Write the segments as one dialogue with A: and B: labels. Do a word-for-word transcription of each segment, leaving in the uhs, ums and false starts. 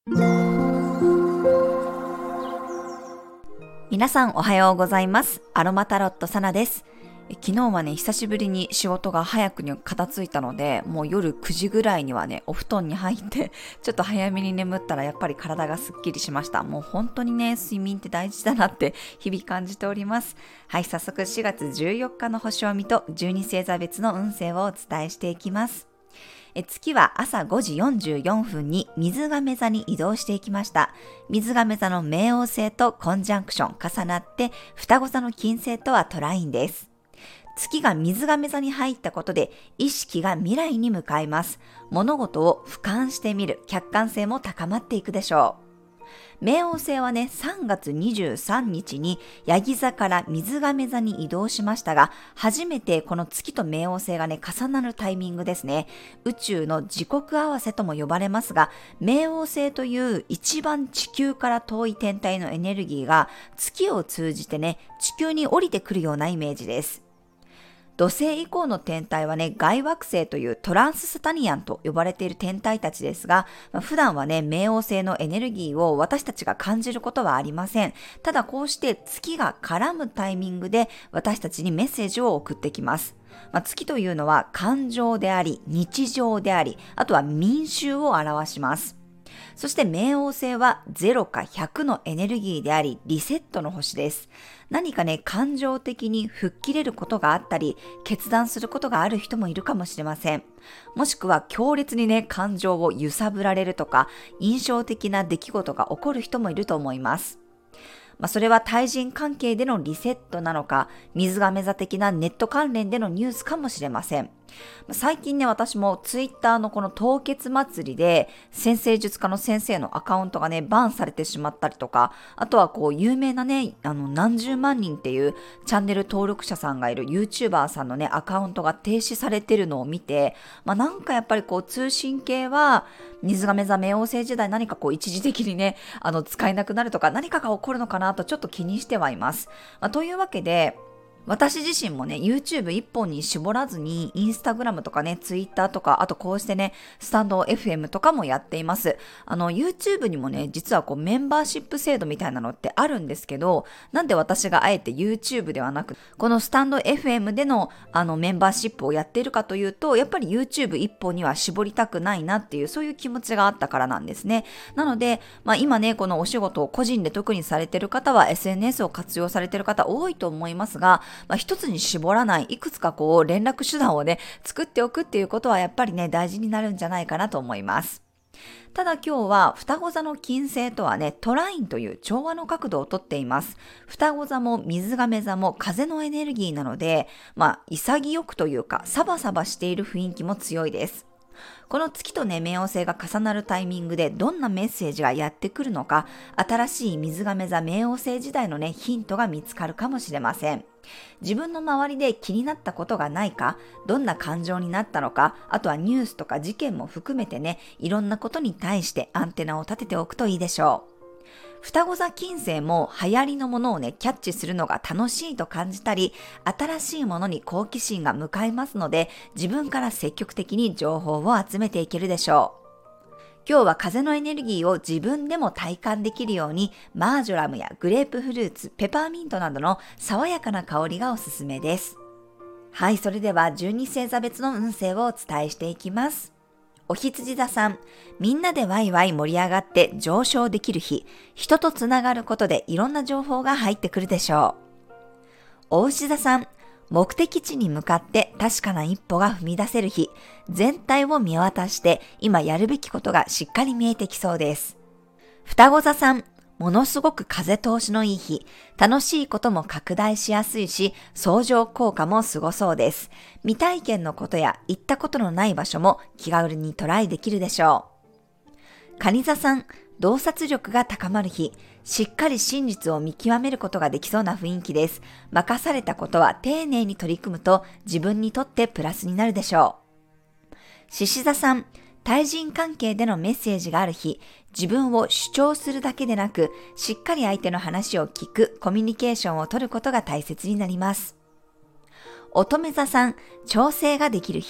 A: 皆さんおはようございます。アロマタロットサナです。昨日はね、久しぶりに仕事が早くに片付いたので、もう夜くじぐらいにはね、お布団に入って、ちょっと早めに眠ったらやっぱり体がすっきりしました。もう本当にね、睡眠って大事だなって日々感じております。はい、早速しがつじゅうよっかの星を見とじゅうに星座別の運勢をお伝えしていきます。え月は朝ごじよんじゅうよんふんに水亀座に移動していきました。水亀座の冥王星とコンジャンクション重なって、双子座の金星とはトラインです。月が水亀座に入ったことで意識が未来に向かいます。物事を俯瞰してみる客観性も高まっていくでしょう。冥王星はね、さんがつにじゅうさんにちにヤギ座から水亀座に移動しましたが、初めてこの月と冥王星がね、重なるタイミングですね。宇宙の時刻合わせとも呼ばれますが、冥王星という一番地球から遠い天体のエネルギーが月を通じてね、地球に降りてくるようなイメージです。土星以降の天体はね、外惑星というトランススタニアンと呼ばれている天体たちですが、まあ、普段はね、冥王星のエネルギーを私たちが感じることはありません。ただこうして月が絡むタイミングで私たちにメッセージを送ってきます。まあ、月というのは感情であり、日常であり、あとは民衆を表します。そして冥王星はゼロかひゃくのエネルギーであり、リセットの星です。何かね、感情的に吹っ切れることがあったり、決断することがある人もいるかもしれません。もしくは強烈にね、感情を揺さぶられるとか、印象的な出来事が起こる人もいると思います。まあ、それは対人関係でのリセットなのか、水亀座的なネット関連でのニュースかもしれません。最近ね、私もツイッターのこの凍結祭りで、占星術家の先生のアカウントがね、バンされてしまったりとか、あとはこう、有名なね、あの、何十万人っていうチャンネル登録者さんがいる YouTuber さんのね、アカウントが停止されてるのを見て、まあなんかやっぱりこう、通信系は、水亀座冥王星時代何かこう、一時的にね、あの、使えなくなるとか、何かが起こるのかなとちょっと気にしてはいます。まあ、というわけで、私自身もね、YouTube 一本に絞らずに、インスタグラムとかね、Twitter とか、あとこうしてね、スタンド エフエム とかもやっています。あの、YouTube にもね、実はこうメンバーシップ制度みたいなのってあるんですけど、なんで私があえて YouTube ではなく、このスタンド エフエム でのあのメンバーシップをやっているかというと、やっぱり YouTube 一本には絞りたくないなっていう、そういう気持ちがあったからなんですね。なので、まあ今ね、このお仕事を個人で特にされている方は エスエヌエス を活用されている方多いと思いますが、まあ、一つに絞らない、いくつかこう連絡手段をね、作っておくっていうことはやっぱりね、大事になるんじゃないかなと思います。ただ今日は双子座の金星とはね、トラインという調和の角度をとっています。双子座も水亀座も風のエネルギーなので、まあ潔くというかサバサバしている雰囲気も強いです。この月とね、冥王星が重なるタイミングでどんなメッセージがやってくるのか、新しい水亀座冥王星時代のね、ヒントが見つかるかもしれません。自分の周りで気になったことがないか、どんな感情になったのか、あとはニュースとか事件も含めてね、いろんなことに対してアンテナを立てておくといいでしょう。双子座金星も流行りのものをね、キャッチするのが楽しいと感じたり、新しいものに好奇心が向かいますので、自分から積極的に情報を集めていけるでしょう。今日は風のエネルギーを自分でも体感できるように、マージョラムやグレープフルーツ、ペパーミントなどの爽やかな香りがおすすめです。はい、それではじゅうに星座別の運勢をお伝えしていきます。お羊座さん、みんなでワイワイ盛り上がって上昇できる日、人とつながることでいろんな情報が入ってくるでしょう。お牛座さん、目的地に向かって確かな一歩が踏み出せる日、全体を見渡して今やるべきことがしっかり見えてきそうです。双子座さん、ものすごく風通しのいい日、楽しいことも拡大しやすいし、相乗効果もすごそうです。未体験のことや行ったことのない場所も気軽にトライできるでしょう。蟹座さん、洞察力が高まる日、しっかり真実を見極めることができそうな雰囲気です。任されたことは丁寧に取り組むと自分にとってプラスになるでしょう。獅子座さん、対人関係でのメッセージがある日、自分を主張するだけでなく、しっかり相手の話を聞くコミュニケーションを取ることが大切になります。乙女座さん、調整ができる日、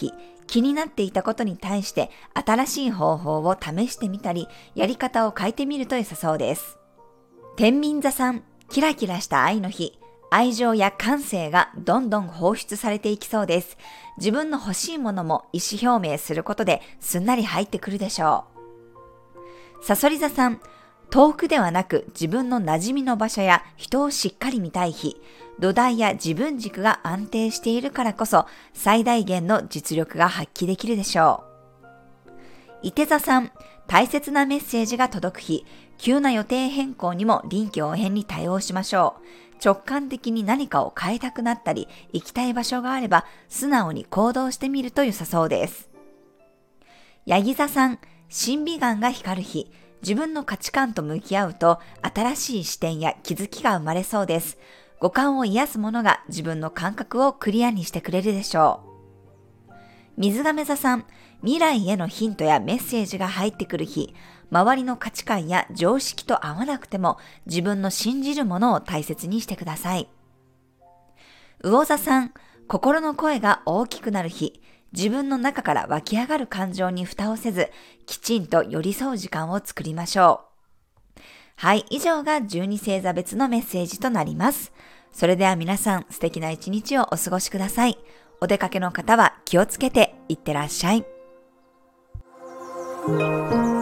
A: 気になっていたことに対して新しい方法を試してみたり、やり方を変えてみると良さそうです。天秤座さん、キラキラした愛の日。愛情や感性がどんどん放出されていきそうです。自分の欲しいものも意思表明することですんなり入ってくるでしょう。さそり座さん、遠くではなく自分の馴染みの場所や人をしっかり見たい日。土台や自分軸が安定しているからこそ最大限の実力が発揮できるでしょう。いて座さん、大切なメッセージが届く日。急な予定変更にも臨機応変に対応しましょう。直感的に何かを変えたくなったり、行きたい場所があれば素直に行動してみると良さそうです。ヤギ座さん、審美眼が光る日。自分の価値観と向き合うと新しい視点や気づきが生まれそうです。五感を癒すものが自分の感覚をクリアにしてくれるでしょう。水亀座さん、未来へのヒントやメッセージが入ってくる日。周りの価値観や常識と合わなくても自分の信じるものを大切にしてください。魚座さん、心の声が大きくなる日。自分の中から湧き上がる感情に蓋をせず、きちんと寄り添う時間を作りましょう。はい、以上がじゅうに星座別のメッセージとなります。それでは皆さん、素敵な一日をお過ごしください。お出かけの方は気をつけていってらっしゃい。